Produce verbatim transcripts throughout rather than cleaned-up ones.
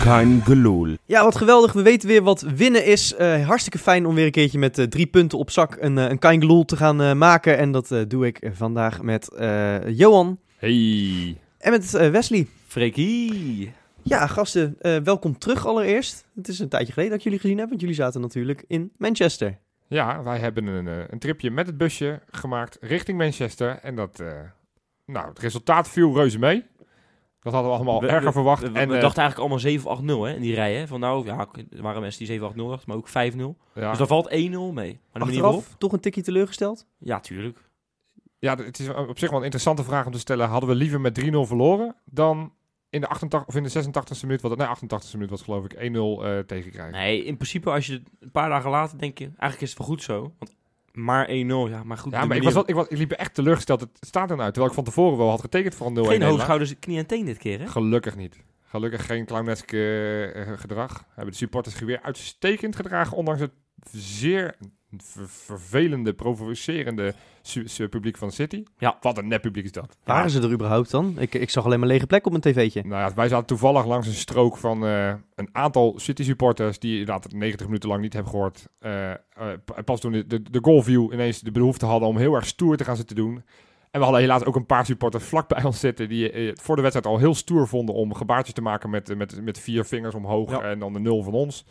Kein gelul. Ja, wat geweldig. We weten weer wat winnen is. Uh, hartstikke fijn om weer een keertje met uh, drie punten op zak een, uh, een kein gelul te gaan uh, maken. En dat uh, doe ik vandaag met uh, Johan. Hey. En met uh, Wesley. Freekie. Ja, gasten, uh, welkom terug allereerst. Het is een tijdje geleden dat ik jullie gezien heb, want jullie zaten natuurlijk in Manchester. Ja, wij hebben een, uh, een tripje met het busje gemaakt richting Manchester. En dat, uh, nou, het resultaat viel reuze mee. Dat hadden we allemaal we, erger we, verwacht. We, we, en, we uh, dachten eigenlijk allemaal zeven acht nul hè, in die rij. Hè? Van nou, ja, er waren mensen die zeven acht nul dachten, maar ook vijf nul. ja. Dus daar valt één nul mee. Maar de manier Achteraf waarop? toch een tikje teleurgesteld? Ja, tuurlijk. Ja, het is op zich wel een interessante vraag om te stellen. Hadden we liever met drie nul verloren dan in de achtentachtig of in de zesentachtigste minuut, wat, nee, achtentachtigste minuut was geloof ik, één nul uh, tegenkrijgen? Nee, in principe als je een paar dagen later denk je, eigenlijk is het wel goed zo. Want maar één nul, ja, maar goed. Ja, maar ik, was wel, ik, was, ik liep echt teleurgesteld. Het staat eruit, terwijl ik van tevoren wel had getekend voor een nul één. Geen hoogschouders, knie en teen dit keer, hè? Gelukkig niet. Gelukkig geen clownesk uh, gedrag. Hebben de supporters weer uitstekend gedragen, ondanks het zeer ver- vervelende, provocerende su- su- publiek van City. Ja. Wat een nep publiek is dat. Waren ja. ze er überhaupt dan? Ik, ik zag alleen maar lege plek op mijn tv'tje. Nou ja, wij zaten toevallig langs een strook van uh, een aantal City-supporters die inderdaad negentig minuten lang niet hebben gehoord. Uh, uh, pas toen de, de, de goal viel, ineens de behoefte hadden om heel erg stoer te gaan zitten doen. En we hadden helaas ook een paar supporters vlak bij ons zitten die uh, voor de wedstrijd al heel stoer vonden om gebaartjes te maken met, met, met vier vingers omhoog ja. en dan de nul van ons.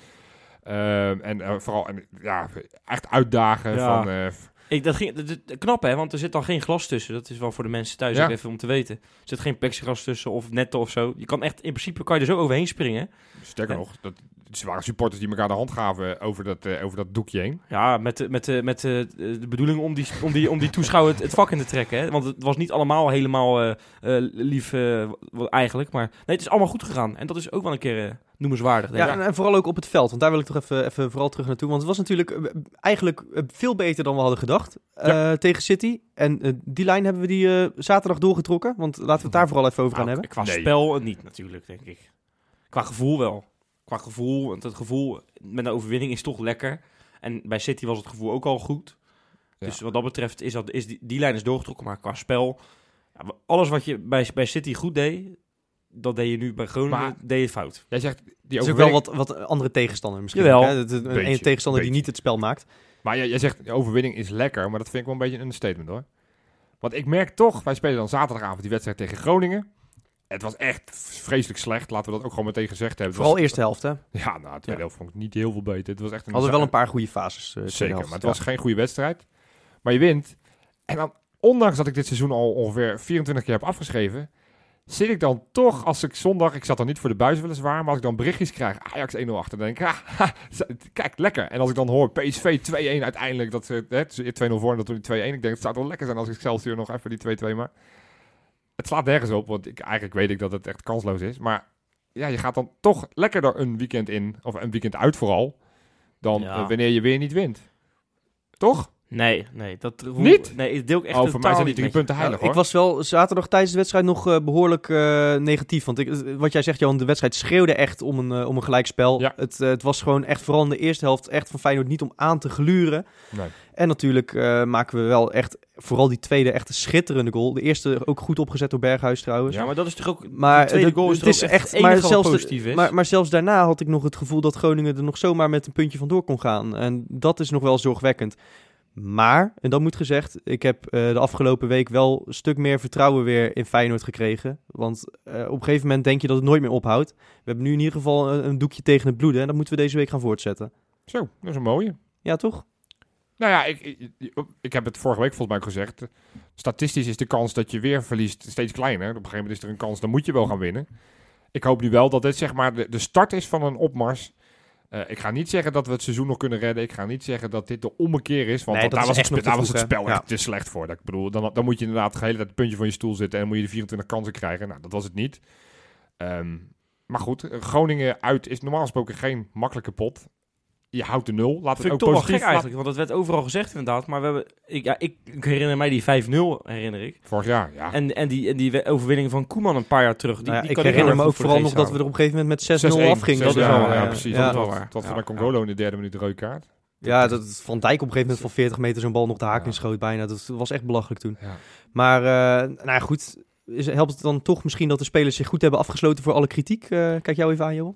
Uh, en uh, vooral en, ja, echt uitdagen ja. van... Uh, Ik, dat ging, dat, dat, knap hè, want er zit dan geen glas tussen. Dat is wel voor de mensen thuis ja. ook even om te weten. Er zit geen plexiglas tussen of netten of zo. Je kan echt, in principe kan je er zo overheen springen. Sterker ja. nog, dat, het waren supporters die elkaar de hand gaven over dat, uh, over dat doekje heen. Ja, met, de, met, de, met de, de bedoeling om die, om die, om die toeschouwer het, het vak in te trekken. Hè? Want het was niet allemaal helemaal uh, uh, lief uh, eigenlijk. Maar nee, het is allemaal goed gegaan. En dat is ook wel een keer uh, noemenswaardig. Denk ja, ik. en, en vooral ook op het veld. Want daar wil ik toch even, even vooral terug naartoe. Want het was natuurlijk uh, eigenlijk uh, veel beter dan we hadden gedacht uh, ja. tegen City. En uh, die lijn hebben we die uh, zaterdag doorgetrokken. Want laten we het daar vooral even over gaan nou, hebben. Qua nee. spel niet natuurlijk, denk ik. Qua gevoel wel. Qua gevoel, want het gevoel met een overwinning is toch lekker. En bij City was het gevoel ook al goed. Ja. Dus wat dat betreft is, dat, is die, die lijn is doorgetrokken. Maar qua spel, ja, alles wat je bij, bij City goed deed, dat deed je nu bij Groningen, maar, deed je fout. Jij zegt, die het is ook wel wat, wat andere tegenstander misschien. Jawel. Hè? Het, een beetje, ene tegenstander beetje. die niet het spel maakt. Maar jij, jij zegt, de overwinning is lekker, maar dat vind ik wel een beetje een understatement hoor. Want ik merk toch, wij spelen dan zaterdagavond die wedstrijd tegen Groningen. Het was echt vreselijk slecht. Laten we dat ook gewoon meteen gezegd hebben. Vooral was, eerste helft, hè? Ja, nou, de tweede ja. helft vond ik niet heel veel beter. Het was echt een hadden wel een paar goede fases. Uh, Zeker, helft, maar het ja. was geen goede wedstrijd. Maar je wint. En dan, ondanks dat ik dit seizoen al ongeveer vierentwintig keer heb afgeschreven, zit ik dan toch, als ik zondag, ik zat dan niet voor de buis weliswaar, maar als ik dan berichtjes krijg, Ajax één nul achter, dan denk ik, ah, kijk, lekker. En als ik dan hoor P S V twee-een uiteindelijk, dat ze twee nul voor en dat toen die twee-een, ik denk, het zou toch lekker zijn als ik Excelsior nog even die twee-twee maak. Het slaat nergens op, want ik, eigenlijk weet ik dat het echt kansloos is. Maar ja, je gaat dan toch lekkerder een weekend in, of een weekend uit vooral, dan ja. uh, wanneer je weer niet wint. Toch? Nee, nee. Dat, hoe, niet? Nee, ik deel ik echt oh, voor mij zijn die niet drie punten heilig, ja, hoor. Ik was wel zaterdag tijdens de wedstrijd nog uh, behoorlijk uh, negatief. Want ik, wat jij zegt, Johan, de wedstrijd schreeuwde echt om een, uh, om een gelijkspel. Ja. Het, uh, het was gewoon echt, vooral in de eerste helft, echt van Feyenoord niet om aan te gluren. Nee. En natuurlijk uh, maken we wel echt, vooral die tweede, echt een schitterende goal. De eerste ook goed opgezet door Berghuis trouwens. Ja, maar dat is toch ook... Maar de tweede de, goal is het is echt, echt echt maar zelfs, positief is. Maar, maar zelfs daarna had ik nog het gevoel dat Groningen er nog zomaar met een puntje vandoor kon gaan. En dat is nog wel zorgwekkend. Maar, en dat moet gezegd, ik heb uh, de afgelopen week wel een stuk meer vertrouwen weer in Feyenoord gekregen. Want uh, op een gegeven moment denk je dat het nooit meer ophoudt. We hebben nu in ieder geval een, een doekje tegen het bloeden en dat moeten we deze week gaan voortzetten. Zo, dat is een mooie. Ja, toch? Nou ja, ik, ik, ik heb het vorige week volgens mij ook gezegd. Statistisch is de kans dat je weer verliest steeds kleiner. Op een gegeven moment is er een kans, dan moet je wel gaan winnen. Ik hoop nu wel dat dit zeg maar de, de start is van een opmars. Uh, ik ga niet zeggen dat we het seizoen nog kunnen redden. Ik ga niet zeggen dat dit de ommekeer is. Want nee, daar is was, het, spe- daar was vroeg, het spel ja. echt te slecht voor. Dat ik bedoel, dan, dan moet je inderdaad de hele tijd het puntje van je stoel zitten. En dan moet je de vierentwintig kansen krijgen. Nou, dat was het niet. Um, maar goed, Groningen uit is normaal gesproken geen makkelijke pot. Je houdt de nul. Laat het ook toch positief. Wel gek eigenlijk, want dat werd overal gezegd inderdaad. Maar we hebben, ik, ja, ik, ik herinner mij die vijf nul, herinner ik. Vorig jaar, ja. En, en, die, en die overwinning van Koeman een paar jaar terug. Die, nou ja, die ik kan herinner me ook voor vooral nog dat we er op een gegeven moment met zes nul afgingen. Dat is wel waar, ja, uh, precies. Ja, dat wel was waar. Tot Ja, van de Congolo in de derde minuut de rode kaart. Ja, dat Van Dijk op een gegeven moment van veertig meter zo'n bal nog de haak in schoot bijna. Dat was echt belachelijk toen. Ja. Maar, uh, nou ja, goed. Is, helpt het dan toch misschien dat de spelers zich goed hebben afgesloten voor alle kritiek? Uh, kijk jou even aan, Johan.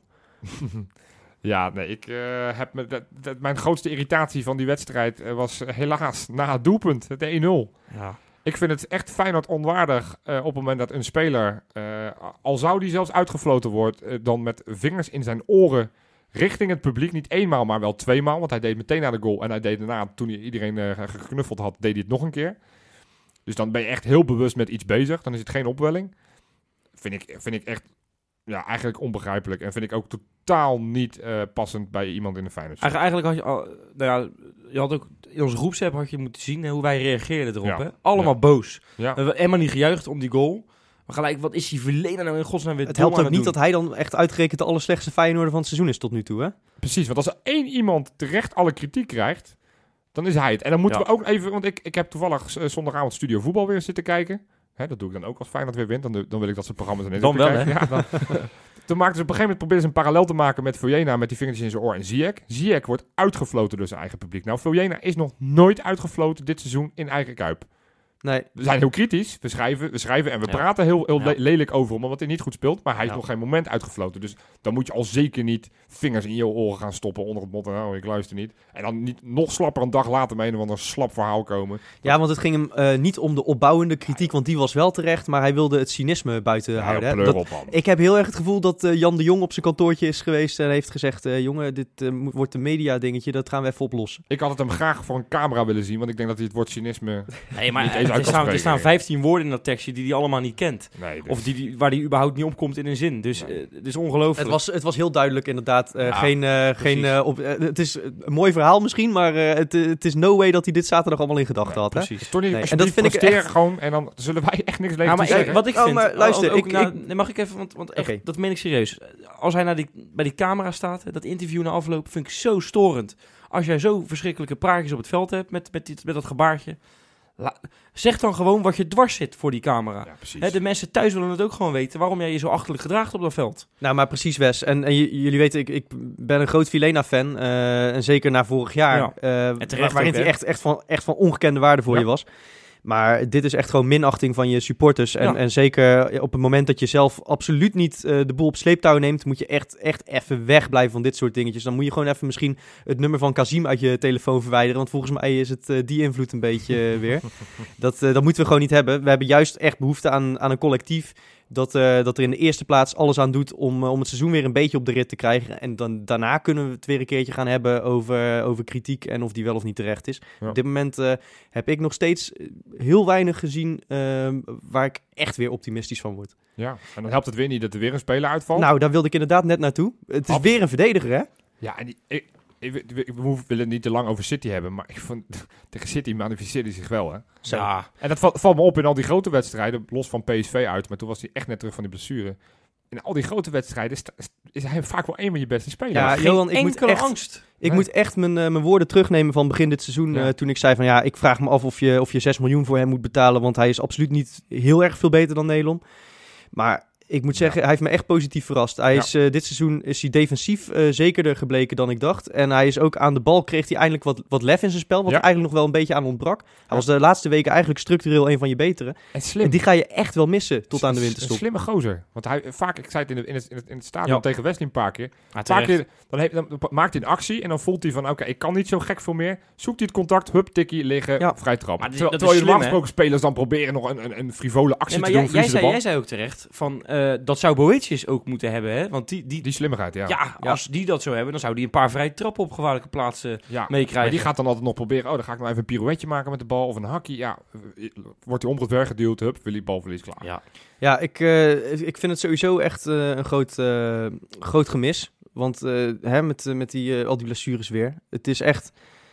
Ja, nee, ik uh, heb me, dat, dat, mijn grootste irritatie van die wedstrijd uh, was uh, helaas na het doelpunt, het één nul. Ja. Ik vind het echt Feyenoord onwaardig uh, op het moment dat een speler, uh, al zou die zelfs uitgefloten worden, uh, dan met vingers in zijn oren richting het publiek, niet eenmaal, maar wel tweemaal, want hij deed meteen na de goal en hij deed daarna, toen hij iedereen uh, geknuffeld had, deed hij het nog een keer. Dus dan ben je echt heel bewust met iets bezig, dan is het geen opwelling. Vind ik, vind ik echt... Ja, eigenlijk onbegrijpelijk. En vind ik ook totaal niet uh, passend bij iemand in de Feyenoord. Eigen, eigenlijk had je al... Nou ja, je had ook... In onze groepsapp had je moeten zien hè, hoe wij reageerden erop. Ja. Hè? Allemaal ja. boos. Ja. We hebben helemaal niet gejuicht om die goal. Maar gelijk, wat is die verleden nou in godsnaam weer Het dom helpt aan ook het niet doen? dat hij dan echt uitgerekend de allerslechtste Feyenoorder van het seizoen is tot nu toe, hè? Precies, want als er één iemand terecht alle kritiek krijgt, dan is hij het. En dan moeten Ja. we ook even... Want ik, ik heb toevallig uh, zondagavond Studio Voetbal weer zitten kijken. Hè, dat doe ik dan ook als Feyenoord weer wint. Dan, dan wil ik dat ze programma's ineens Dan wel, kijken. Ja, dan, toen maakten ze op een gegeven moment probeerden ze een parallel te maken met Vujena met die vingertjes in zijn oor en Ziyech. Ziyech wordt uitgefloten door zijn eigen publiek. Nou, Vujena is nog nooit uitgefloten dit seizoen in eigen Kuip. Nee. We zijn heel kritisch, we schrijven, we schrijven en we Ja. praten praten heel, heel Ja. le- lelijk over hem, omdat hij niet goed speelt. Maar hij is Ja. nog geen moment uitgefloten. Dus dan moet je al zeker niet vingers in je oren gaan stoppen onder het motto, nou, ik luister niet. En dan niet nog slapper een dag later mee een of ander slap verhaal komen. Ja, want het ging hem uh, niet om de opbouwende kritiek, want die was wel terecht, maar hij wilde het cynisme buiten Ja, houden. Hè? pleur Dat, op, man. ik heb heel erg het gevoel dat uh, Jan de Jong op zijn kantoortje is geweest en heeft gezegd, uh, jongen, dit uh, moet- wordt een media dingetje, dat gaan we even oplossen. Ik had het hem graag voor een camera willen zien, want ik denk dat hij het woord cynisme... Nee, maar Niet eens er uit kan staan, er spreken, staan ja. vijftien woorden in dat tekstje die hij allemaal niet kent. Nee, dus- Of die, die, waar die überhaupt niet opkomt in een zin. Dus Nee. uh, het is ongelooflijk. Het was, het was heel duidelijk inderdaad. Uh, Ja, geen, uh, geen, uh, op, uh, het is een mooi verhaal misschien, maar uh, het, uh, het is no way dat hij dit zaterdag allemaal in gedachten Nee, had. Hè? Precies. Toch niet, Nee, en alsjeblieft, dat vind ik presteer echt- gewoon en dan zullen wij echt niks Ja, levens maar te ik, zeggen. wat ik Oh, vind... maar luister, ook, ik- nou, ik- nee, mag ik even... Want, want echt, Oké. dat meen ik serieus. Als hij naar die, bij die camera staat, hè, dat interview na afloop, vind ik zo storend. Als jij zo verschrikkelijke praatjes op het veld hebt met, met, dit, met dat gebaartje... La, zeg dan gewoon wat je dwars zit voor die camera. Ja, precies. Hè, de mensen thuis willen het ook gewoon weten waarom jij je zo achterlijk gedraagt op dat veld. Nou, maar precies, Wes. En, en j- jullie weten, ik, ik ben een groot Vilena-fan. uh, en zeker na vorig jaar. Ja. uh, En terecht waarin ook, hij hè? echt, echt, van, echt van ongekende waarde voor Ja. je was. Maar dit is echt gewoon minachting van je supporters. En, Ja. en zeker op het moment dat je zelf absoluut niet uh, de boel op sleeptouw neemt... moet je echt, echt even wegblijven van dit soort dingetjes. Dan moet je gewoon even misschien het nummer van Kazim uit je telefoon verwijderen. Want volgens mij is het uh, die invloed een beetje uh, weer. Dat, uh, dat moeten we gewoon niet hebben. We hebben juist echt behoefte aan, aan een collectief... Dat, uh, dat er in de eerste plaats alles aan doet om, uh, om het seizoen weer een beetje op de rit te krijgen. En dan, daarna kunnen we het weer een keertje gaan hebben over, over kritiek en of die wel of niet terecht is. Ja. Op dit moment uh, heb ik nog steeds heel weinig gezien uh, waar ik echt weer optimistisch van word. Ja, en dan helpt het weer niet dat er weer een speler uitvalt. Nou, daar wilde ik inderdaad net naartoe. Het is Absoluut. weer een verdediger, hè? Ja, en die, ik, ik, ik, ik- we hoeven- willen het niet te lang over City hebben, maar ik vond, tegen City manifesteerde hij zich wel, hè. Zo. Ja, En dat valt, valt me op in al die grote wedstrijden, los van P S V uit, maar toen was hij echt net terug van die blessure. In al die grote wedstrijden sta- is hij vaak wel een van je beste spelers. Ja, geen Johan, ik moet enkele echt- angst. Ik Nee. moet echt mijn, uh, mijn woorden terugnemen van begin dit seizoen. Ja. Uh, toen ik zei van ja, ik vraag me af of je, of je zes miljoen voor hem moet betalen. Want hij is absoluut niet heel erg veel beter dan Nelom. Maar ik moet zeggen, hij heeft me echt positief verrast. Hij Ja. is, uh, dit seizoen is hij defensief uh, zekerder gebleken dan ik dacht. En hij is ook aan de bal, kreeg hij eindelijk wat, wat lef in zijn spel. Wat Ja. er eigenlijk nog wel een beetje aan ontbrak. Hij Ja. was de laatste weken eigenlijk structureel een van je betere. En slim. En die ga je echt wel missen tot aan de Een winterstop. slimme gozer. Want hij, vaak, ik zei het in, de, in, het, in, het, in het stadion Ja. tegen Wesley een paar keer. Ja, Een paar terecht. keer dan, heeft, dan maakt hij een actie en dan voelt hij van, oké, ik kan niet zo gek veel meer. Zoekt hij het contact, hup, tikkie, liggen, Ja. vrij trap. Maar die- Terwijl, dat terwijl is je normaal slim, hè? gesproken spelers dan proberen nog een, een, een frivole actie Nee, maar te doen, jij, jij, verliezen de zei, bal. jij zei ook terecht, van, uh, dat zou Boetius ook moeten hebben, hè? Want die, die, Die slimmigheid, ja. ja, als die dat zou hebben, dan zou die een paar vrije trappen op gevaarlijke plaatsen Ja. meekrijgen. Maar die gaat dan altijd nog proberen, oh, dan ga ik nou even een pirouetje maken met de bal of een hakkie. Ja, eh, wordt hij omgedraaid geduwd, hup, wil die balverlies klaar. Ja, Ja, ik, uh, ik vind het sowieso echt uh, een groot, uh, groot gemis. Want uh, hè, met, uh, met die, uh, al die blessures weer. Het is echt...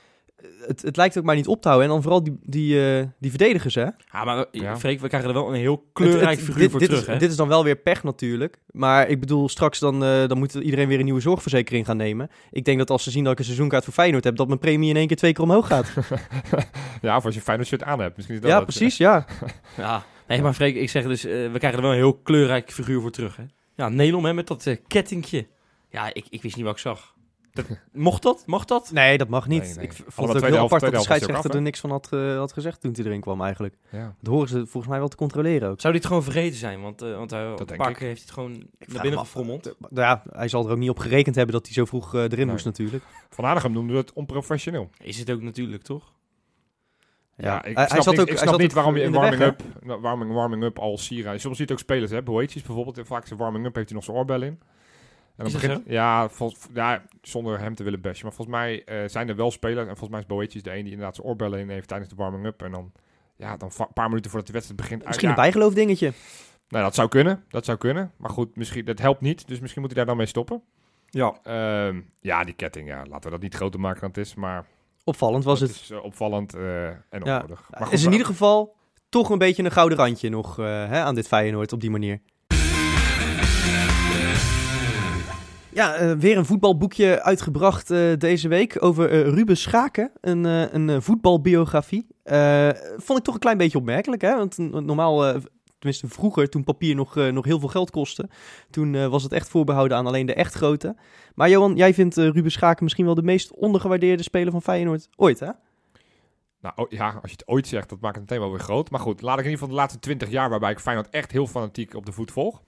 Het, het lijkt ook maar niet op te houden. En dan vooral die, die, uh, die verdedigers, hè? ja maar Ja. Freek, we krijgen er wel een heel kleurrijk Het- het- figuur dit, voor dit terug, is, hè? Dit is dan wel weer pech natuurlijk. Maar ik bedoel, straks dan, uh, dan moet iedereen weer een nieuwe zorgverzekering gaan nemen. Ik denk dat als ze zien dat ik een seizoenkaart voor Feyenoord heb... dat mijn premie in één keer twee keer omhoog gaat. Ja, of als je Feyenoord shirt aan hebt. Misschien is dat Ja, het. precies, ja. Ja, nee, maar Freek, ik zeg dus, uh, we krijgen er wel een heel kleurrijk figuur voor terug, hè? Ja, Nelom, hè, met dat uh, kettingje. Ja, ik, ik wist niet wat ik zag. Dat, mocht dat? Mag dat? Nee, dat mag niet. Nee, nee. Ik v- vond Allemaal het ook tweede heel helft- apart dat de tweede helft was hij ook scheidsrechter af, hè? er niks van had, ge- had gezegd toen hij erin kwam eigenlijk. Ja. Dat horen ze volgens mij wel te controleren ook. Zou dit gewoon vergeten zijn? Want, uh, want hij, een denk paar ik. keer heeft hij het gewoon naar vraag binnen me af. gefrommeld. Nou ja, hij zal er ook niet op gerekend hebben dat hij zo vroeg uh, erin Nee. moest natuurlijk. Van Aardigem noemde het onprofessioneel. Is het ook natuurlijk, toch? Ja, ik hij- snap, hij zat niet, ook- ik hij snap zat niet ook waarom je in in de weg, warming-up, nou, warming, warming up al Sierra... Soms zie je het ook spelers, hè. Boetjes bijvoorbeeld, vaak zijn warming-up heeft hij nog zijn oorbel in. En Is dan dat begint, ja, vol, ja, zonder hem te willen bashen. Maar volgens mij uh, zijn er wel spelers, en volgens mij is Boetjes de een die inderdaad zijn oorbellen in heeft tijdens de warming-up. En dan, ja, dan een paar minuten voordat de wedstrijd begint... Misschien uh, een bijgeloof dingetje. Nou, dat zou kunnen, dat zou kunnen. Maar goed, misschien, dat helpt niet, dus misschien moet hij daar dan mee stoppen. Ja. Uh, ja, die ketting, ja, laten we dat niet groter maken dan het is, maar... Opvallend was dat het. is uh, opvallend uh, en Ja. onnodig. Maar goed, is in maar- ieder geval toch een beetje een gouden randje nog uh, hè, aan dit Feyenoord op die manier. Ja, uh, weer een voetbalboekje uitgebracht uh, deze week over uh, Ruben Schaken, een, uh, een uh, voetbalbiografie. Uh, vond ik toch een klein beetje opmerkelijk, hè? Want uh, normaal, uh, tenminste vroeger, toen papier nog, uh, nog heel veel geld kostte, toen uh, was het echt voorbehouden aan alleen de echt grote. Maar Johan, jij vindt uh, Ruben Schaken misschien wel de meest ondergewaardeerde speler van Feyenoord ooit, hè? Nou oh, ja, als je het ooit zegt, dat maakt het meteen wel weer groot. Maar goed, laat ik in ieder geval de laatste twintig jaar, waarbij ik Feyenoord echt heel fanatiek op de voet volg.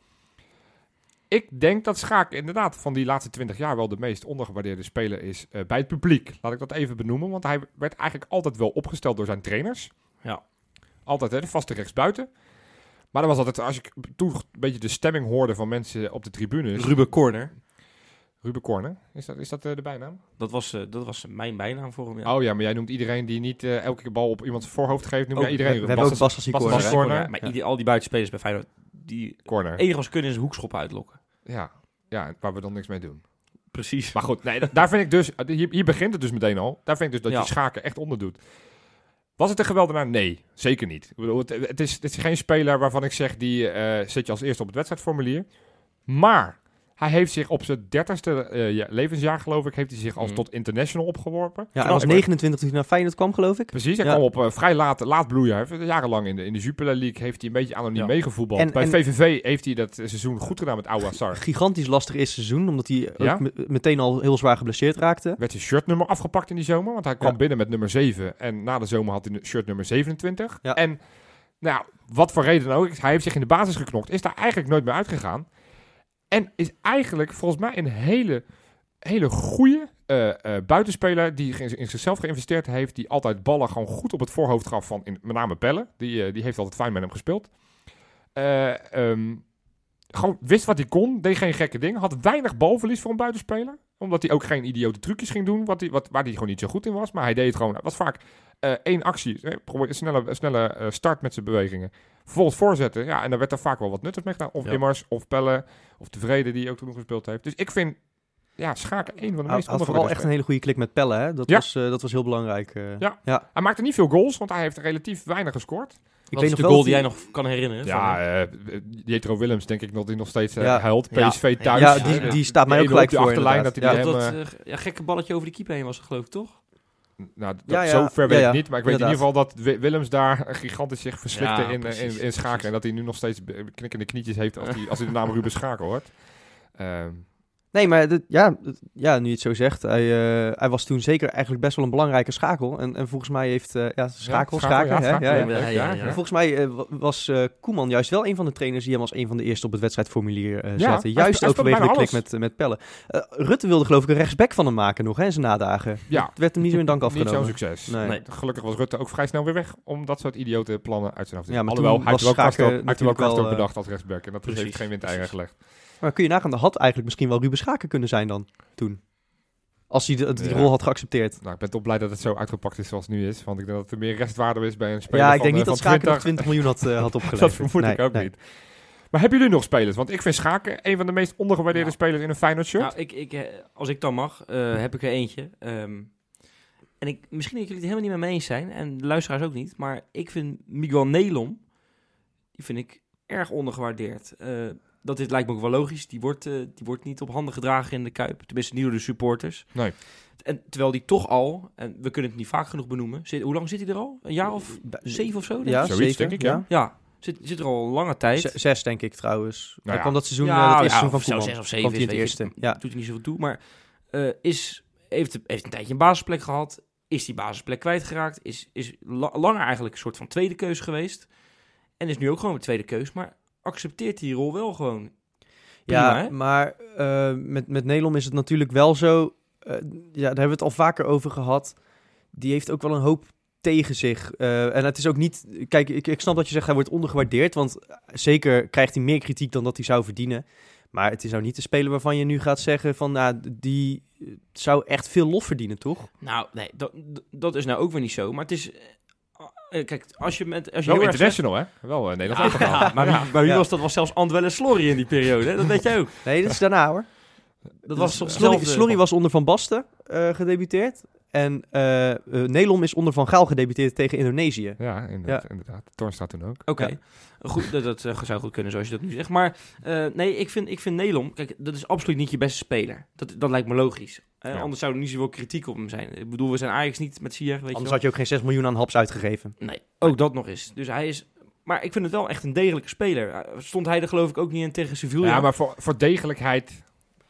Ik denk dat Schaken inderdaad van die laatste twintig jaar wel de meest ondergewaardeerde speler is uh, bij het publiek. Laat ik dat even benoemen, want hij werd eigenlijk altijd wel opgesteld door zijn trainers. Ja. Altijd, hè, de vaste rechtsbuiten. Maar dan was altijd, als ik toen een beetje de stemming hoorde van mensen op de tribunes... Ruben Corner. Ruben Corner, is dat, is dat uh, de bijnaam? Dat was, uh, dat was mijn bijnaam voor hem, ja. Oh ja, maar jij noemt iedereen die niet uh, elke keer bal op iemands voorhoofd geeft, noem Oh, jij iedereen. we, we hebben ook Bas Bas- Corner. Bas- Corner. Ja, maar ieder, al die buitenspelers bij Feyenoord, die Corner. enige als kunnen is een hoekschop uitlokken. Ja. ja, waar we dan niks mee doen. Precies. Maar goed, nee, da- daar vind ik dus, hier, hier begint het dus meteen al. Daar vind ik dus dat Ja. je Schaken echt onderdoet. Was het een geweldenaar? Nee, zeker niet. Ik bedoel, het, het, is, het is geen speler waarvan ik zeg, die uh, zet je als eerste op het wedstrijdformulier. Maar hij heeft zich op zijn dertigste uh, ja, levensjaar, geloof ik, heeft hij zich als Mm. tot international opgeworpen. Ja, hij was negenentwintig toen hij naar Feyenoord kwam, geloof ik. Precies, hij Ja. kwam op uh, vrij laat, laat bloeien. Hij heeft jarenlang in de, in de Jupiler League heeft hij een beetje anoniem Ja. meegevoetbald. En- Bij en- V V V heeft hij dat seizoen goed gedaan met Oude Assar. Gigantisch lastig eerste seizoen, omdat hij Ja? ook me- meteen al heel zwaar geblesseerd raakte. Werd zijn shirtnummer afgepakt in die zomer. Want hij kwam Ja. binnen met nummer zeven. En na de zomer had hij shirt nummer zevenentwintig. Ja. En nou, wat voor reden dan ook. Hij heeft zich in de basis geknokt. Is daar eigenlijk nooit meer uitgegaan. En is eigenlijk volgens mij een hele, hele goede uh, uh, buitenspeler. Die in, in zichzelf geïnvesteerd heeft. Die altijd ballen gewoon goed op het voorhoofd gaf van in, met name Pelle. Die, uh, die heeft altijd fijn met hem gespeeld. Uh, um, gewoon wist wat hij kon. Deed geen gekke dingen. Had weinig balverlies voor een buitenspeler. Omdat hij ook geen idiote trucjes ging doen. Wat hij, wat, waar hij gewoon niet zo goed in was. Maar hij deed het gewoon. Het was vaak uh, één actie. Eh, probeer een snelle, een snelle uh, start met zijn bewegingen. Vervolgens voorzetten. Ja, en daar werd er vaak wel wat nuttig mee gedaan. Of Ja. Immers, of Pelle, of Tevreden die ook toen gespeeld heeft. Dus ik vind, ja, Schaken een van de Hij meest had vooral echt een hele goede klik met Pelle, hè? Dat, Ja. was, uh, dat was heel belangrijk. Uh, Ja. ja. Hij maakte niet veel goals, want hij heeft relatief weinig gescoord. Ik Wat is de goal die jij nog kan herinneren? van hem? Ja, uh, Jetro Willems denk ik dat hij nog steeds uh, Ja. huilt. Ja. P S V thuis. Ja, die, die staat mij ook ene op gelijk die voor, achterlijn inderdaad. dat hij Ja. die Dat, hem, dat uh, ja, gekke balletje over die keeper heen was, geloof ik, toch? Nou, dat, Ja, ja. zo ver weet Ja, ja. ik niet. Maar ik weet in Inderdaad. ieder geval dat Wi- Willems daar gigantisch zich verslikte Ja, in, precies, in, in Schaken. precies. En dat hij nu nog steeds b- knikkende knietjes heeft als hij, als hij de naam Ruben Schaken hoort. Ehm, Nee, maar dit, ja, dit- ja, nu je het zo zegt, hij, uh, hij was toen zeker eigenlijk best wel een belangrijke schakel. En, en volgens mij heeft, uh, ja, schakel, Ja, schaken, ja, hè? schakel, Ja, ja. ja, Ja, ja, ja. ja. En volgens mij uh, wa- was uh, Koeman juist wel een van de trainers die hem als een van de eerste op het wedstrijdformulier uh, Ja, zetten. hij Juist spe- hij ook vanwege de speelde klik bijna met, uh, met Pelle. Uh, Rutte wilde geloof ik een rechtsback van hem maken nog, hè, in zijn nadagen. Ja. Het werd hem niet zo in dank niet zo'n afgenomen. succes. Nee. Nee. Gelukkig was Rutte ook vrij snel weer weg om dat soort idiote plannen uit zijn hoofd te Ja, maar Alhoewel, toen hij heeft was er wel kracht Schaken op- hij heeft er wel natuurlijk kracht op wel, uh, bedacht als rechtsback. En dat precies, heeft geen windeieren precies. gelegd. Maar kun je nagaan, dat had eigenlijk misschien wel Ruben Schaken kunnen zijn dan, toen. Als hij de, die Ja. rol had geaccepteerd. Nou, ik ben toch blij dat het zo uitgepakt is zoals het nu is. Want ik denk dat er meer restwaarde is bij een speler Ja, ik van, denk eh, niet dat van Schaken nog twintig. twintig miljoen had, uh, had opgeleverd. Dat vermoed Nee, ik ook nee. niet. Maar hebben jullie nog spelers? Want ik vind Schaken een van de meest ondergewaardeerde Ja. spelers in een Feyenoord shirt. Nou, ik, ik, eh, als ik dan mag, uh, heb ik er eentje. Um, en ik, misschien dat jullie het helemaal niet met me eens zijn. En de luisteraars ook niet. Maar ik vind Miguel Nelom, die vind ik erg ondergewaardeerd. Uh, dat dit lijkt me ook wel logisch. Die wordt, uh, die wordt niet op handen gedragen in de Kuip. Tenminste, niet door de supporters. Nee. En terwijl die toch al, en we kunnen het niet vaak genoeg benoemen. Zit, hoe lang zit hij er al? Een jaar of zeven of zo? denk Ja, ik? Zoiets, zeker. denk ik, ja. Ja, zit, zit er al lange tijd. Z- Zes, denk ik trouwens. Nou hij ja. kwam dat seizoen, Ja, uh, dat eerste ja, seizoen of van zo Koeman. zes of zeven Kwam hij in is, het weet je, eerste. Ja. Doet er niet zoveel toe, maar Uh, is, heeft, heeft een tijdje een basisplek gehad. Is die basisplek kwijtgeraakt. Is, is la- langer eigenlijk een soort van tweede keus geweest. En is nu ook gewoon een tweede keus. Maar accepteert die rol wel gewoon. Prima, ja, hè? maar uh, met, met Nelom is het natuurlijk wel zo... Uh, ja, daar hebben we het al vaker over gehad. Die heeft ook wel een hoop tegen zich. Uh, en het is ook niet... Kijk, ik, ik snap dat je zegt hij wordt ondergewaardeerd. Want zeker krijgt hij meer kritiek dan dat hij zou verdienen. Maar het is nou niet de speler waarvan je nu gaat zeggen van... Nou, die zou echt veel lof verdienen, toch? Nou, nee, dat, dat is nou ook weer niet zo. Maar het is... Uh, kijk, als je met... Als je wel heel international, erg... hè? Wel uh, Nederlands. Ja, ja, maar wie, maar wie ja. was dat? Was zelfs Antwelle Slorry in die periode, hè? Dat weet jij ook. Nee, dat is daarna, hoor. Dat was toch Slorry, Slorry was onder Van Basten uh, gedebuteerd. En uh, uh, Nelom is onder Van Gaal gedebuteerd tegen Indonesië. Ja, inderdaad. Ja. inderdaad. Toornstra toen ook. Oké, okay. Ja. Goed, dat, dat uh, zou goed kunnen zoals je dat nu zegt. Maar uh, nee, ik vind, ik vind Nelom, kijk, dat is absoluut niet je beste speler. Dat, dat lijkt me logisch. Uh, ja. Anders zou er niet zoveel kritiek op hem zijn. Ik bedoel, we zijn Ajax niet met Ziyech, weet Anders je had je ook geen zes miljoen aan Haps uitgegeven. Nee, ook dat nog eens. Dus hij is... Maar ik vind het wel echt een degelijke speler. Stond hij er geloof ik ook niet in tegen Sevilla. Ja, maar voor, voor degelijkheid...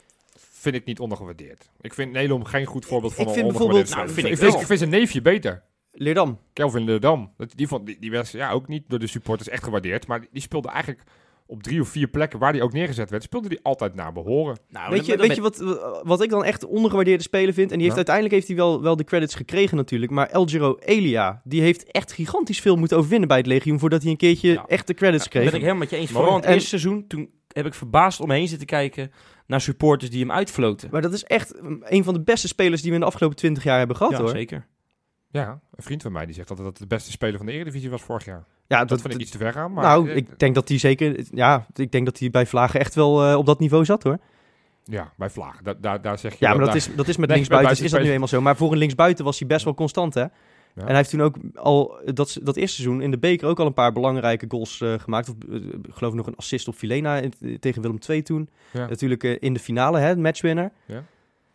vind ik niet ondergewaardeerd. Ik vind Nelom geen goed voorbeeld van ik een vind ondergewaardeerd bijvoorbeeld, speler. nou, ik, vind ik, ik, ik vind zijn neefje beter. Leerdam. Kelvin Leerdam. Die, die, vond, die, die was ja, ook niet door de supporters echt gewaardeerd. Maar die speelde eigenlijk op drie of vier plekken waar die ook neergezet werd. Speelde die altijd naar behoren. Nou, weet je, weet je wat, wat ik dan echt ondergewaardeerde speler vind? En die heeft ja. uiteindelijk heeft hij wel, wel de credits gekregen natuurlijk. Maar El Giro Elia, die heeft echt gigantisch veel moeten overwinnen bij het Legioen voordat hij een keertje ja. echt de credits ja, kreeg. Dat ben ik helemaal met je eens. Mooi. Vooral in het En, eerste seizoen, toen heb ik verbaasd omheen zitten kijken naar supporters die hem uitfloten. Maar dat is echt een van de beste spelers die we in de afgelopen twintig jaar hebben gehad, ja, hoor. zeker. Ja, een vriend van mij die zegt dat het de beste speler van de Eredivisie was vorig jaar. Ja, dat, dat vind ik iets te ver gaan. Maar nou, uh, ik denk dat hij zeker... Ja, ik denk dat hij bij Vlagen echt wel uh, op dat niveau zat, hoor. Ja, bij Vlaag. Da, da, daar zeg je... Ja, maar dat, daar, is, dat is met nee, linksbuiten, is dat nu spelen. eenmaal zo. Maar voor een linksbuiten was hij best wel constant, hè? Ja. En hij heeft toen ook al dat, dat eerste seizoen in de beker ook al een paar belangrijke goals uh, gemaakt. Of, uh, geloof ik nog een assist op Vilena in, uh, tegen Willem twee toen. Ja. Natuurlijk uh, in de finale, hè, matchwinner. Ja,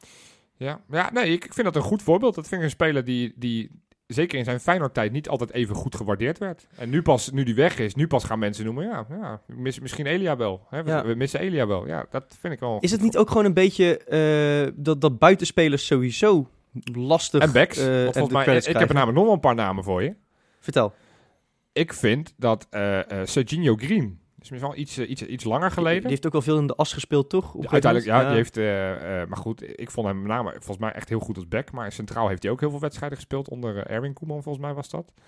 ja. ja nee, ik, ik vind dat een goed voorbeeld. Dat vind ik een speler die... die zeker in zijn Feyenoord-tijd niet altijd even goed gewaardeerd werd. En nu pas, nu die weg is, nu pas gaan mensen noemen, ja, ja mis, misschien Elia wel. Hè? We, ja. we missen Elia wel. Ja, dat vind ik wel... Is het niet ook gewoon een beetje uh, dat, dat buitenspelers sowieso lastig... En backs. Uh, want volgens mij, ik krijgen. heb er namelijk nog wel een paar namen voor je. Vertel. Ik vind dat uh, uh, Serginho Green... is misschien wel iets, uh, iets, iets langer geleden. Die heeft ook al veel in de as gespeeld, toch? Ja, uiteindelijk, ja, ja. Die heeft... Uh, uh, maar goed, ik vond hem met name volgens mij echt heel goed als back. Maar centraal heeft hij ook heel veel wedstrijden gespeeld. Onder uh, Erwin Koeman, volgens mij was dat.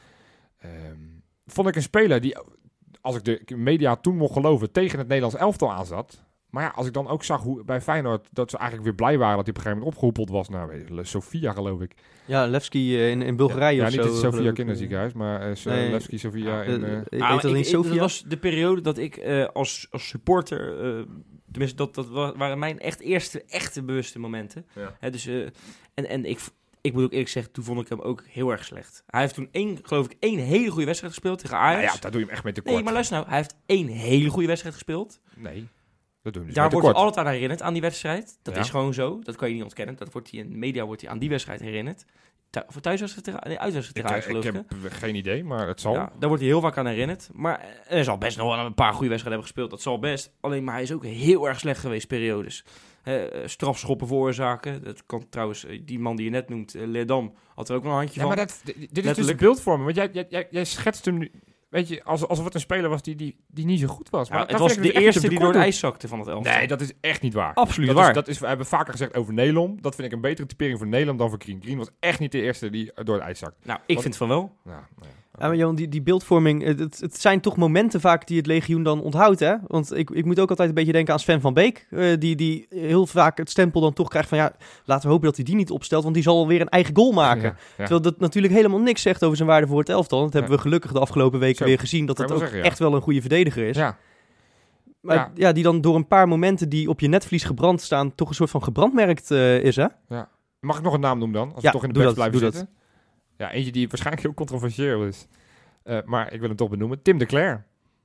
Um, vond ik een speler die, als ik de media toen mocht geloven, tegen het Nederlands elftal aanzat. Maar ja, als ik dan ook zag hoe bij Feyenoord dat ze eigenlijk weer blij waren dat hij op een gegeven moment opgehoepeld was naar nou, Sofia, geloof ik. Ja, Levski uh, in, in Bulgarije ja, of ja, zo. niet het Sofia kinderziekenhuis, maar uh, so nee. Levski, Sofia in... Uh, uh, ah, ik, ik, Sofia? dat was de periode dat ik uh, als, als supporter... Uh, tenminste, dat, dat waren mijn echt eerste echte bewuste momenten. Ja. Hè, dus, uh, en, en ik... Ik moet ook eerlijk zeggen, toen vond ik hem ook heel erg slecht. Hij heeft toen één, geloof ik, één hele goede wedstrijd gespeeld tegen Ajax. Nou ja, daar doe je hem echt mee tekort. Nee, maar luister nou, hij heeft één hele goede wedstrijd gespeeld. Nee, dat doe je dus daar mee wordt tekort. altijd aan herinnerd, aan die wedstrijd. Dat ja. is gewoon zo, dat kan je niet ontkennen. Dat wordt hij in de media wordt hij aan die wedstrijd herinnerd. Thu- voor thuiswedstrijd tegen, nee, uitwedstrijd tegen Ajax, geloof ik. Ik heb geen idee, maar het zal. Ja, daar wordt hij heel vaak aan herinnerd. Maar er zal best nog wel een paar goede wedstrijden hebben gespeeld. Dat zal best. Alleen, maar hij is ook heel erg slecht geweest, periodes. Uh, strafschoppen veroorzaken. Dat kan trouwens, uh, die man die je net noemt, uh, Leerdam, had er ook wel een handje ja, van. Maar dat, dit is Letterlijk. dus de beeldvorming. Want jij, jij, jij, jij schetst hem nu, weet je, als, alsof het een speler was die, die, die niet zo goed was. Maar ja, het was de dus eerste die door het ijs zakte van het elftal. Nee, dat is echt niet waar. Absoluut dat waar. Is, dat is, we hebben vaker gezegd over Nelom. Dat vind ik een betere typering voor Nelom dan voor Green. Green was echt niet de eerste die door het ijs zakte. Nou, ik Want, vind van wel. Nou, nou ja. Ja, maar Johan, die, die beeldvorming, het, het zijn toch momenten vaak die het Legioen dan onthoudt, hè? Want ik, ik moet ook altijd een beetje denken aan Sven van Beek, uh, die, die heel vaak het stempel dan toch krijgt van ja, laten we hopen dat hij die niet opstelt, want die zal weer een eigen goal maken. Ja, ja. Terwijl dat natuurlijk helemaal niks zegt over zijn waarde voor het elftal. Dat hebben ja. we gelukkig de afgelopen weken Zo, weer gezien, dat het ook zeggen, ja. echt wel een goede verdediger is. Ja. Maar ja. ja, die dan door een paar momenten die op je netvlies gebrand staan, toch een soort van gebrandmerkt uh, is, hè? Ja. Mag ik nog een naam noemen dan? Als ja, we toch in de best blijven dat. zitten. Ja, eentje die waarschijnlijk heel controversieel is. Uh, maar ik wil hem toch benoemen. Tim de Cler.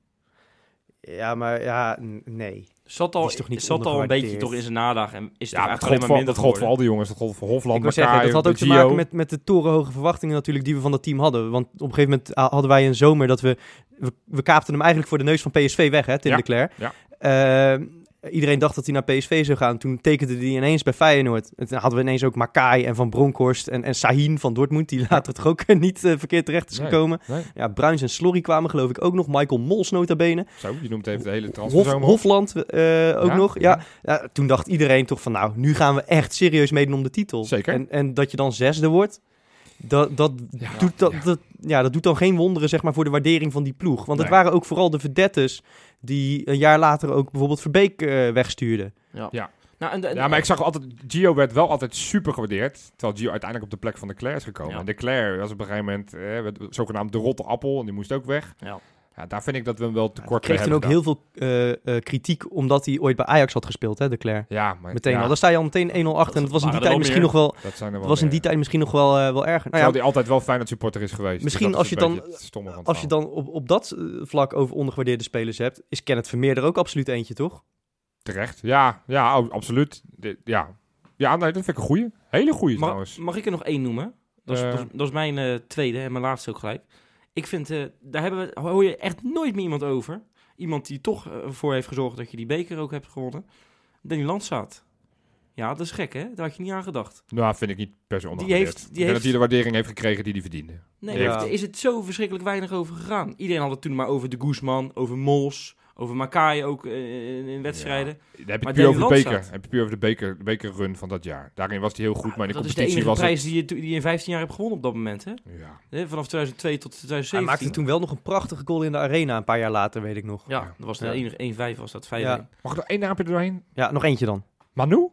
Ja, maar ja, n- nee. Zat al, toch niet zat al een beetje toch in zijn nadagen. En is ja, het dat gold, voor, dat gold voor al die jongens. Dat gold voor Hofland, Makai, zeggen, dat had ook te maken met, met de torenhoge verwachtingen natuurlijk die we van dat team hadden. Want op een gegeven moment hadden wij een zomer dat we... We, we kaapten hem eigenlijk voor de neus van P S V weg, hè, Tim ja. de Cler. Ja. Uh, iedereen dacht dat hij naar P S V zou gaan. Toen tekende hij ineens bij Feyenoord. En toen hadden we ineens ook Makai en Van Bronckhorst en, en Sahin van Dortmund, die later toch ook niet uh, verkeerd terecht is Nee, gekomen. nee. Ja, Bruins en Slorry kwamen geloof ik ook nog. Michael Mols nota bene. Zo, je noemt even de hele Hof, transferzomer. op. Hofland uh, ook Ja, nog. Ja. ja. Ja, toen dacht iedereen toch van nou, nu gaan we echt serieus meedoen om de titel. Zeker. En, en dat je dan zesde wordt, dat, dat, Ja, doet, dat, ja. Dat, ja, dat doet dan geen wonderen zeg maar, voor de waardering van die ploeg. Want het Nee. waren ook vooral de verdettes die een jaar later ook bijvoorbeeld Verbeek uh, wegstuurde. Ja. Ja. Nou, en de- Ja, maar ik zag altijd, Gio werd wel altijd super gewaardeerd. Terwijl Gio uiteindelijk op de plek van de Cler is gekomen. Ja. En de Cler was op een gegeven moment eh, werd zogenaamd de rotte appel. En die moest ook weg. Ja. Ja, daar vind ik dat we hem wel te Hij kort kreeg mee toen ook hebben heel veel uh, uh, kritiek omdat hij ooit bij Ajax had gespeeld, hè, de Cler. gedaan. Ja, maar Meteen ja, al. Dan sta je al meteen één nul achter. En dat was in die waren er tijd wel misschien nog meer. wel, dat zijn er wel was in die meer. tijd misschien nog wel, uh, wel erger. Nou Terwijl ja, die altijd wel Feyenoord supporter is geweest. Misschien Dus dat als is je een dan- beetje het stomme van het als je verhaal. dan op, op dat uh, vlak over ondergewaardeerde spelers hebt, is Kenneth Vermeer er ook absoluut eentje, toch? Terecht. Ja, ja, oh, absoluut. De- ja. ja, nee, dat vind ik een goeie. Hele goeie Mag, trouwens. mag ik er nog één noemen? Dat is, Eh. dat is, dat is mijn uh, tweede en mijn laatste ook gelijk. Ik vind, uh, daar hebben we, hoor je echt nooit meer iemand over. Iemand die toch uh, voor heeft gezorgd dat je die beker ook hebt gewonnen. Danny Landsaat. Ja, dat is gek, hè? Daar had je niet aan gedacht. Nou, vind ik niet per se Die ondergewaardeerd. heeft- die ik denk heeft- dat hij de waardering heeft gekregen die hij verdiende. Nee, Ja. daar is het zo verschrikkelijk weinig over gegaan. Iedereen had het toen maar over de Guzman, over Mols, over Makai ook uh, in, in wedstrijden. Dan heb je Maar het puur over de Danny beker. Landsaat. heb je puur over de beker, de bekerrun van dat jaar. Daarin was hij heel goed, maar in de dat is de competitie enige was prijs het... die je, to- die je in vijftien jaar hebt gewonnen op dat moment, hè? Ja. Hè, Vanaf tweeduizend twee tot tweeduizend Hij zeventien. maakte toen wel nog een prachtige goal in de arena, een paar jaar later, weet ik nog. Ja, dat was de Ja. enige één vijf was dat, vijf Ja. één. Mag ik nog één naampje er doorheen? Ja, nog eentje dan. Manu?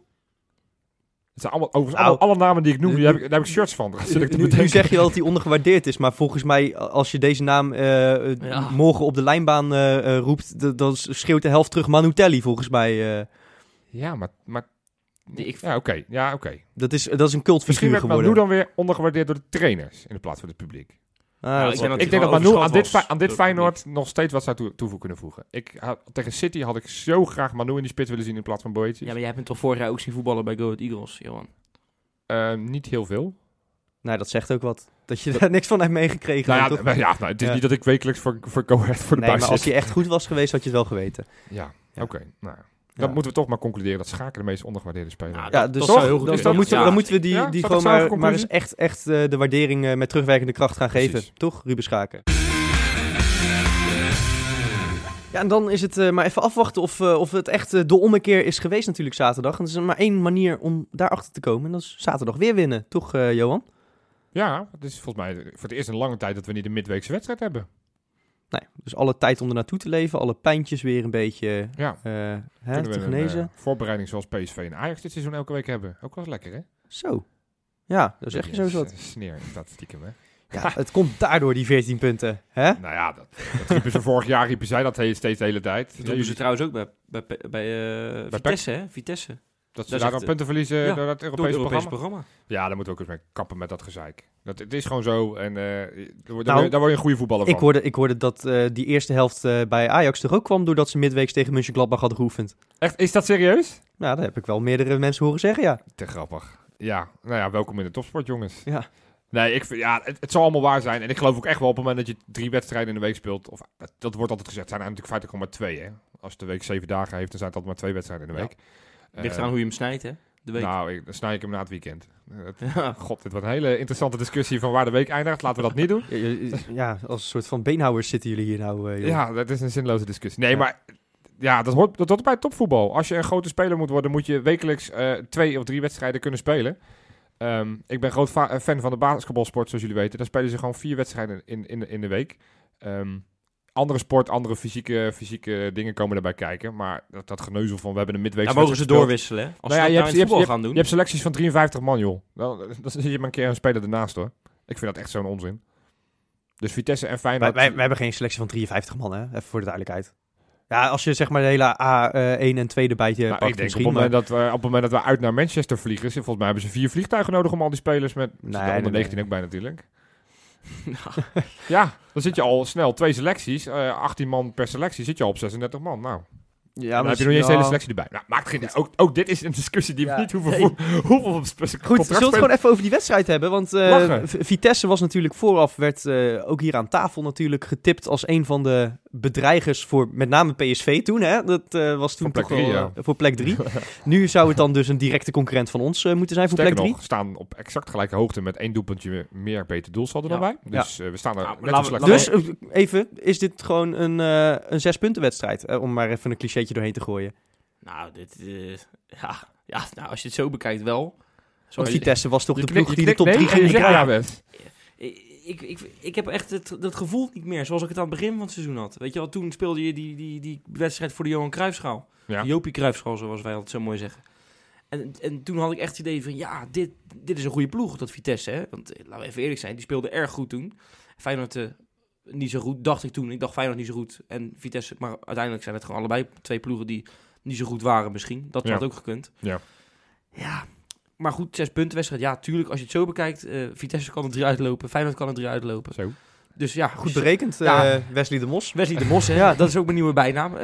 Het zijn allemaal, overigens Nou, allemaal, alle namen die ik noem, die nu- heb ik, daar heb ik shirts van. Daar zit ik te Nu, nu bedenken. zeg je wel dat hij ondergewaardeerd is, maar volgens mij, als je deze naam uh, Ja. morgen op de lijnbaan uh, uh, roept, d- dan schreeuwt de helft terug Manutelli, volgens mij. Uh, Ja, maar... maar Die ik- ja, oké. Ja, oké. dat, is, dat is een Misschien cultfiguur werd Manu geworden. dan weer ondergewaardeerd door de trainers in de plaats van het publiek. Ah, Nou, dat ik is wel- denk Ik denk dat gewoon Manu aan overschat dit, was Fe- aan dit door het Feyenoord nog steeds wat zou toe, toe kunnen voegen. Ik had, tegen City had ik zo graag Manu in die spits willen zien in plaats van Boetius. Ja, maar jij hebt hem toch vorig jaar ook zien voetballen bij Go Ahead Eagles, Johan? Uh, niet heel veel. Nee, dat zegt ook wat. Dat je daar niks van hebt meegekregen. Nou ja, toch? nou, ja nou, het is Ja. niet dat ik wekelijks voor, voor Go Ahead voor de Nee, buis maar als zit. hij echt goed was geweest, had je het wel geweten. Ja, Ja. oké. Nou, dan Ja. moeten we toch maar concluderen dat Schaken de meest ondergewaardeerde speler Ja, is. Ja, dat- dus dat toch, zou heel goed dan, zijn. dan, moeten, we- Ja. dan moeten we die, Ja, die staat gewoon dat zo maar, voor maar eens conclusie? echt, echt uh, de waardering uh, met terugwerkende kracht gaan geven. Precies. Toch, Ruben Schaken? Ja, en dan is het uh, maar even afwachten of, uh, of het echt uh, de ommekeer is geweest natuurlijk zaterdag. En er is maar één manier om daarachter te komen. En dat is zaterdag weer winnen. Toch, uh, Johan? Ja, het is volgens mij voor het eerst in lange tijd dat we niet een midweekse wedstrijd hebben. Nee, dus alle tijd om er naartoe te leven. Alle pijntjes weer een beetje Ja. uh, hè, Kunnen te we genezen. een uh, voorbereiding zoals P S V en Ajax dit seizoen elke week hebben. Ook wel eens lekker, hè? Zo. Ja, dan zeg je zo eens wat. Sneer in statistieken, hè? Ja, het komt daardoor die veertien punten. Hè? Nou ja, dat, dat riepen ze vorig jaar, riepen zij dat he- steeds de hele tijd. Dat doen ze trouwens ook bij, bij, bij uh, Vitesse, hè? Vitesse. Dat ze Dat daar is dan echt, punten verliezen ja, door dat Door Europese, het Europese programma. programma. Ja, daar moeten we ook eens mee kappen met dat gezeik. Dat, het is gewoon zo en uh, daar, word- Nou, daar word je een goede voetballer van. Ik hoorde, ik hoorde dat uh, die eerste helft uh, bij Ajax toch ook kwam doordat ze midweeks tegen Mönchengladbach hadden geoefend. Echt, is dat serieus? Nou, dat heb ik wel meerdere mensen horen zeggen, ja. Te grappig. Ja, nou ja, welkom in de topsport, jongens. Ja. Nee, ik vind, ja, het, het zal allemaal waar zijn. En ik geloof ook echt wel op het moment dat je drie wedstrijden in de week speelt. Of, dat, dat wordt altijd gezegd. Het zijn natuurlijk feitelijk gewoon maar twee. Hè? Als de week zeven dagen heeft, dan zijn het altijd maar twee wedstrijden in de Ja. week. Ligt Uh, eraan hoe je hem snijdt, hè? De week. Nou, ik, dan snij ik hem na het weekend. Uh, het- Ja. God, dit wordt een hele interessante discussie van waar de week eindigt. Laten we dat niet doen. Ja, je- ja, als een soort van beenhouwers zitten jullie hier nou, uh, joh. Ja, dat is een zinloze discussie. Nee, Ja. maar ja, dat hoort, dat hoort bij topvoetbal. Als je een grote speler moet worden, moet je wekelijks uh, twee of drie wedstrijden kunnen spelen. Um, ik ben groot fa- fan van de basketbalsport, zoals jullie weten. Daar spelen ze gewoon vier wedstrijden in, in, in de week. Um, andere sport, andere fysieke, fysieke dingen komen erbij kijken. Maar dat, dat geneuzel van we hebben een midweekse Ja, mogen ze wedstrijd doorwisselen, hè? Als Nou ja, ze je dat hebt, nou je, in hebt, het je, voetbal hebt, gaan doen. je hebt selecties van drieënvijftig man, joh. Dan, dan zit je maar een keer een speler ernaast, hoor. Ik vind dat echt zo'n onzin. Dus Vitesse en Wij, Feyenoord... wij, wij hebben geen selectie van drieënvijftig man, hè? Even voor de duidelijkheid. Ja, als je zeg maar de hele A één en twee erbij Nou, pakt ik denk op misschien. het, moment maar- dat we, op het moment dat we uit naar Manchester vliegen... is- volgens mij hebben ze vier vliegtuigen nodig om al die spelers met... Nee, Nee, nee, onder negentien nee. ook bij natuurlijk. Nou, Ja, dan zit je al snel twee selecties. Uh, achttien man per selectie zit je al op zesendertig man. Nou, Ja, dan heb je nog niet eens de hele selectie erbij. Nou, maakt geen... Ook, ook dit is een discussie die Ja, we niet hoeven nee. voeren. Hoeveel sp- Goed, zullen we het contractspelers- gewoon even over die wedstrijd hebben? Want uh, Lachen. V- Vitesse was natuurlijk vooraf, werd uh, ook hier aan tafel natuurlijk getipt als een van de bedreigers voor met name P S V toen. Hè? Dat uh, was toen voor toch plek wel drie, uh, ja. voor plek drie. Nu zou het dan dus een directe concurrent van ons uh, moeten zijn voor Sterker plek drie. nog, staan op exact gelijke hoogte met één doelpuntje meer beter doelsaldo Ja. dan wij. Dus uh, we staan er Ja, net laten zo we- slecht laten voor. Dus uh, even, is dit gewoon een, uh, een zes-punten-wedstrijd? Uh, om maar even een clichétje doorheen te gooien. Nou, dit, uh, ja, ja, nou, als je het zo bekijkt wel. Want Zoals Vitesse was toch Je de knikt- ploeg je die de knikt top nee drie en ging je zegt krijgen. ja, Wes. Ik, ik, ik heb echt het, dat gevoel niet meer zoals ik het aan het begin van het seizoen had. Weet je wel, toen speelde je die, die, die wedstrijd voor de Johan Cruijffschaal. Ja. De Jopie Cruijffschaal, zoals wij altijd zo mooi zeggen. En, en toen had ik echt het idee van, ja, dit, dit is een goede ploeg, dat Vitesse. Hè? Want eh, laten we even eerlijk zijn, die speelde erg goed toen. Feyenoord uh, niet zo goed, dacht ik toen. Ik dacht Feyenoord niet zo goed en Vitesse. Maar uiteindelijk zijn het gewoon allebei twee ploegen die niet zo goed waren misschien. Dat Ja. had ook gekund. Ja. Ja, maar goed, zes punten wedstrijd. Ja, tuurlijk, als je het zo bekijkt, uh, Vitesse kan er drie uitlopen, Feyenoord kan er drie uitlopen. Zo. Dus ja, Goed berekend, uh, Ja. Wesley de Mos. Wesley de Mos, hè? Ja, dat is ook mijn nieuwe bijnaam. Uh,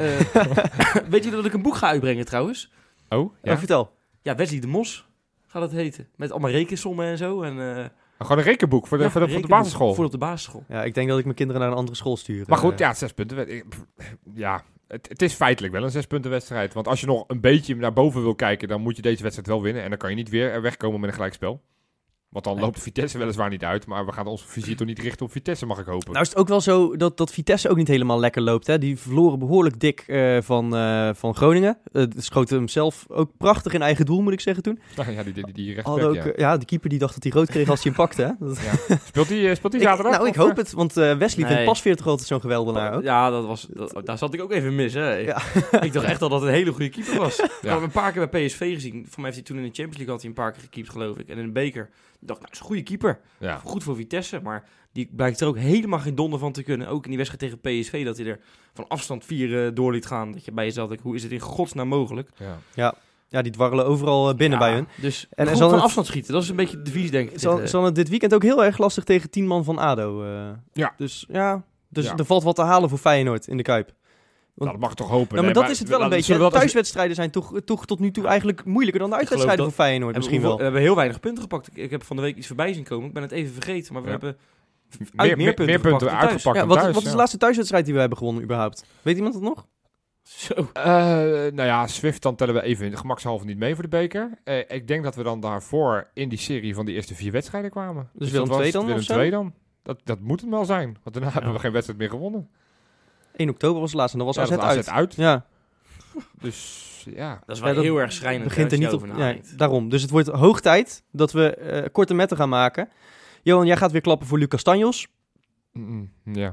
weet je dat ik een boek ga uitbrengen trouwens? Oh, Ja, ja. vertel. Ja, Wesley de Mos gaat het heten. Met allemaal rekensommen en zo. En, uh, Gewoon een rekenboek voor de, ja, voor de, voor de rekenboek basisschool. Voor op de basisschool. Ja, ik denk dat ik mijn kinderen naar een andere school stuur. Maar goed, Uh, ja, zes punten. Ik- Ja, het, het is feitelijk wel een zes punten wedstrijd. Want als je nog een beetje naar boven wil kijken, dan moet je deze wedstrijd wel winnen. En dan kan je niet weer wegkomen met een gelijkspel. Want dan Nee. loopt Vitesse weliswaar niet uit. Maar we gaan onze vizier toch niet richten op Vitesse, mag ik hopen. Nou is het ook wel zo dat, dat Vitesse ook niet helemaal lekker loopt. Hè? Die verloren behoorlijk dik uh, van, uh, van Groningen. Uh, schoten hem zelf ook prachtig in eigen doel, moet ik zeggen toen. Nou ja, die, die, die rechtsback, Hadden ook, ja. uh, ja, de keeper die dacht dat hij rood kreeg als hij hem pakte. Hè? Dat, Ja. Speelt die, uh, speelt die ik, zaterdag? nou, ik Of, hoop uh? het, want uh, Wesley Nee. vindt Pasveer toch altijd zo'n geweldenaar ook. Ja, dat was, dat, daar zat ik ook even mis. Hè? Ja. Ik dacht echt al dat het een hele goede keeper was. Ja. Ik heb hem een paar keer bij P S V gezien. Voor mij heeft hij toen in de Champions League had hij een paar keer gekiept, geloof ik. En in een beker. Ik dacht, nou, dat is een goede keeper. Ja. Goed voor Vitesse, maar die blijkt er ook helemaal geen donder van te kunnen. Ook in die wedstrijd tegen P S V, dat hij er van afstand vier uh, door liet gaan. Dat je bij jezelf denkt, hoe is het in godsnaam mogelijk? Ja. Ja, die dwarrelen overal uh, binnen Ja, bij hun. Dus En en zal van het- afstand schieten, dat is een beetje de devies, denk ik. Zal, dit, uh, zal het dit weekend ook heel erg lastig tegen tien man van ADO. Uh, Ja. Dus ja, dus Ja. er valt wat te halen voor Feyenoord in de Kuip. Nou, dat mag ik toch hopen. Nou, maar Nee, dat is het wel een laten- beetje. zullen we dat als- Thuiswedstrijden zijn toch, toch tot nu toe eigenlijk moeilijker dan de Ik geloof uitwedstrijden dat- voor Feyenoord we, misschien hebben, wel. we hebben heel weinig punten gepakt. Ik, ik heb van de week iets voorbij zien komen. Ik ben het even vergeten, maar we Ja. hebben meer, uit meer punten meer punten gepakt dan thuis. uitgepakt Ja, dan wat, thuis. wat is de ja. laatste thuiswedstrijd die we hebben gewonnen überhaupt? Weet iemand dat nog? Zo. Uh, nou ja, Swift dan tellen we even gemakshalve niet mee voor de beker. Uh, ik denk dat we dan daarvoor in die serie van die eerste vier wedstrijden kwamen. Dus Willem dat was twee dan Willem of zo? twee dan. Dat, dat moet het wel zijn. Want daarna hebben we geen wedstrijd meer gewonnen. één oktober was de laatste en dat was Ja, A Z dat was uit. A Z uit. Ja, Dus ja. Dat is wel Ja, dat heel erg schrijnend. begint er als je niet op. over Ja, nadenkt. daarom. Dus het wordt hoog tijd dat we eh, korte metten gaan maken. Johan, jij gaat weer klappen voor Lucas Tanjos. Mm, ja.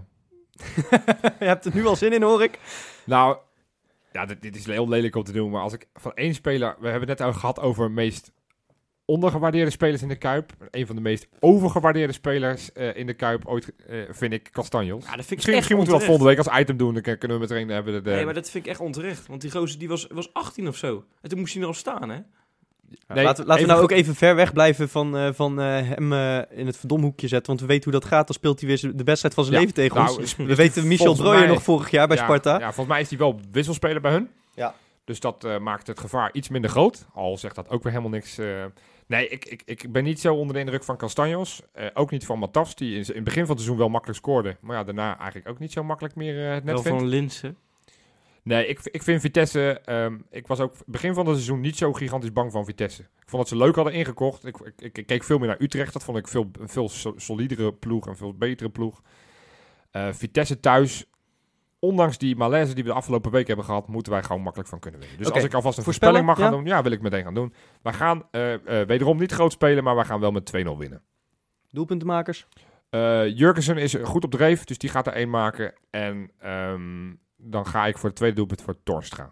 Je hebt er nu al zin in, hoor ik. Nou, ja, dit, dit is heel lelijk om te doen. Maar als ik van één speler... We hebben het net al gehad over meest ondergewaardeerde spelers in de Kuip. Een van de meest overgewaardeerde spelers uh, in de Kuip ooit uh, vind ik Castanjos. Ja, dat vind ik Misschien, echt misschien moeten we dat onterecht. volgende week als item doen. Dan kun- kunnen we meteen hebben de... de Nee, maar dat vind ik echt onterecht. Want die gozer die was, was achttien of zo. En toen moest hij er al staan, hè? Nee, laten laten we even nou goed- ook even ver weg blijven van, uh, van uh, hem uh, in het verdomhoekje zetten. Want we weten hoe dat gaat. Dan speelt hij weer z'n- de wedstrijd van zijn Ja, leven tegen nou, ons. is- We is weten die Michel volgens Breuer mij- nog vorig jaar bij ja, Sparta. Ja, volgens mij is hij wel wisselspeler bij hun. Ja. Dus dat uh, maakt het gevaar iets minder groot. Al zegt dat ook weer helemaal niks. Uh, nee, ik, ik, ik ben niet zo onder de indruk van Castanjos. Uh, ook niet van Matas, die in, in het begin van het seizoen wel makkelijk scoorde. Maar ja, daarna eigenlijk ook niet zo makkelijk meer uh, het net Wel vindt. van Linsen. Nee, ik, ik vind Vitesse... Um, ik was ook begin van het seizoen niet zo gigantisch bang van Vitesse. Ik vond dat ze leuk hadden ingekocht. Ik, ik, ik, ik keek veel meer naar Utrecht. Dat vond ik veel, een veel so- solidere ploeg, een veel betere ploeg. Uh, Vitesse thuis... Ondanks die malaise die we de afgelopen weken hebben gehad, moeten wij gewoon makkelijk van kunnen winnen. Dus Oké. als ik alvast een Voorspellen, voorspelling mag gaan ja? doen, ja, wil ik meteen gaan doen. Wij gaan uh, uh, wederom niet groot spelen, maar wij gaan wel met twee nul winnen. Doelpuntenmakers. Uh, Jurgensen is goed op dreef, dus die gaat er één maken. En um, dan ga ik voor het tweede doelpunt voor Torstra.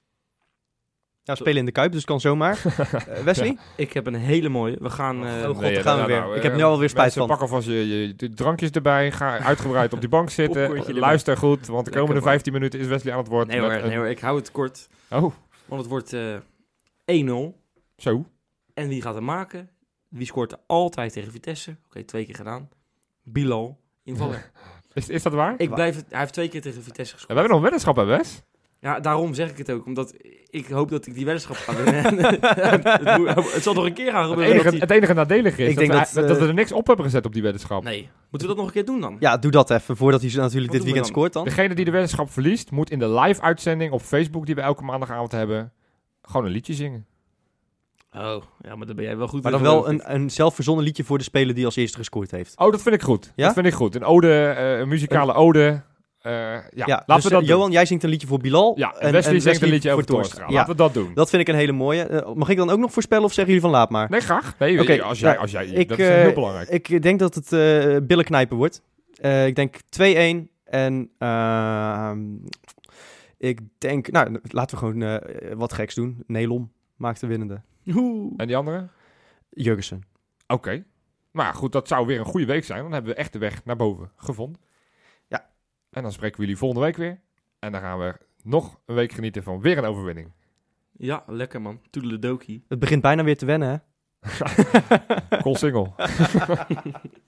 Ja, spelen in de Kuip, dus kan zomaar. Uh, Wesley? Ja. Ik heb een hele mooie. We gaan... Uh, Oh god, Nee, daar gaan we nou, weer. nou, Ik heb uh, nu alweer spijt mensen, van. Pak alvast je, je, je drankjes erbij. Ga uitgebreid op die bank zitten. Popcornje erbij. Luister goed, want de komende Lekker, man. vijftien minuten is Wesley aan het woord. nee, met hoor, een- nee hoor, ik hou het kort. Oh, Want het wordt uh, één nul. zo. En wie gaat hem maken? Wie scoort er altijd tegen Vitesse? Oké, okay, twee keer gedaan. Bilal, invaller. Is, is dat waar? Ik blijf het, hij heeft twee keer tegen Vitesse Ja, gescoord. we hebben nog een weddenschap, hè, Wes? Ja, daarom zeg ik het ook. Omdat ik hoop dat ik die weddenschap ga winnen. het, moet- het zal nog een keer gaan Het gebeuren. enige, dat die- het enige nadelige is Ik dat, denk we, dat, dat, eh, we er niks op hebben gezet op die weddenschap. Nee. Moeten we dat nog een keer doen dan? Ja, doe dat even, voordat hij zo natuurlijk Wat dit doen we weekend dan? scoort dan. Degene die de weddenschap verliest, moet in de live-uitzending op Facebook, die we elke maandagavond hebben, gewoon een liedje zingen. Oh, ja, maar dan ben jij wel goed. Maar in, dan wel geloof ik. een, een zelfverzonnen liedje voor de speler die als eerste gescoord heeft. Oh, dat vind ik goed. Ja? Dat vind ik goed. Een ode, eh, een muzikale ode. Eh, ja, Ja, laten dus, we dat eh, doen. Johan, jij zingt een liedje voor Bilal. Ja, en Wesley zingt een liedje over Toornstra. Ja, Laten we dat doen. dat vind ik een hele mooie. Eh, mag ik dan ook nog voorspellen of zeggen jullie van laat maar? Nee, graag. Nee, Oké, als jij, nou, als jij, ik, dat is eh, heel belangrijk. Ik denk dat het eh billen knijpen wordt. Eh, ik denk twee-een. En ehm, ik denk... Nou, laten we gewoon eh, wat geks doen. Nelom maakt de winnende. Oeh. En die andere? Jurgensen. Oké. Maar goed, dat zou weer een goede week zijn. Dan hebben we echt de weg naar boven gevonden. Ja. En dan spreken we jullie volgende week weer. En dan gaan we nog een week genieten van weer een overwinning. Ja, lekker man. Toedeledokie. Het begint bijna weer te wennen, hè? Col single.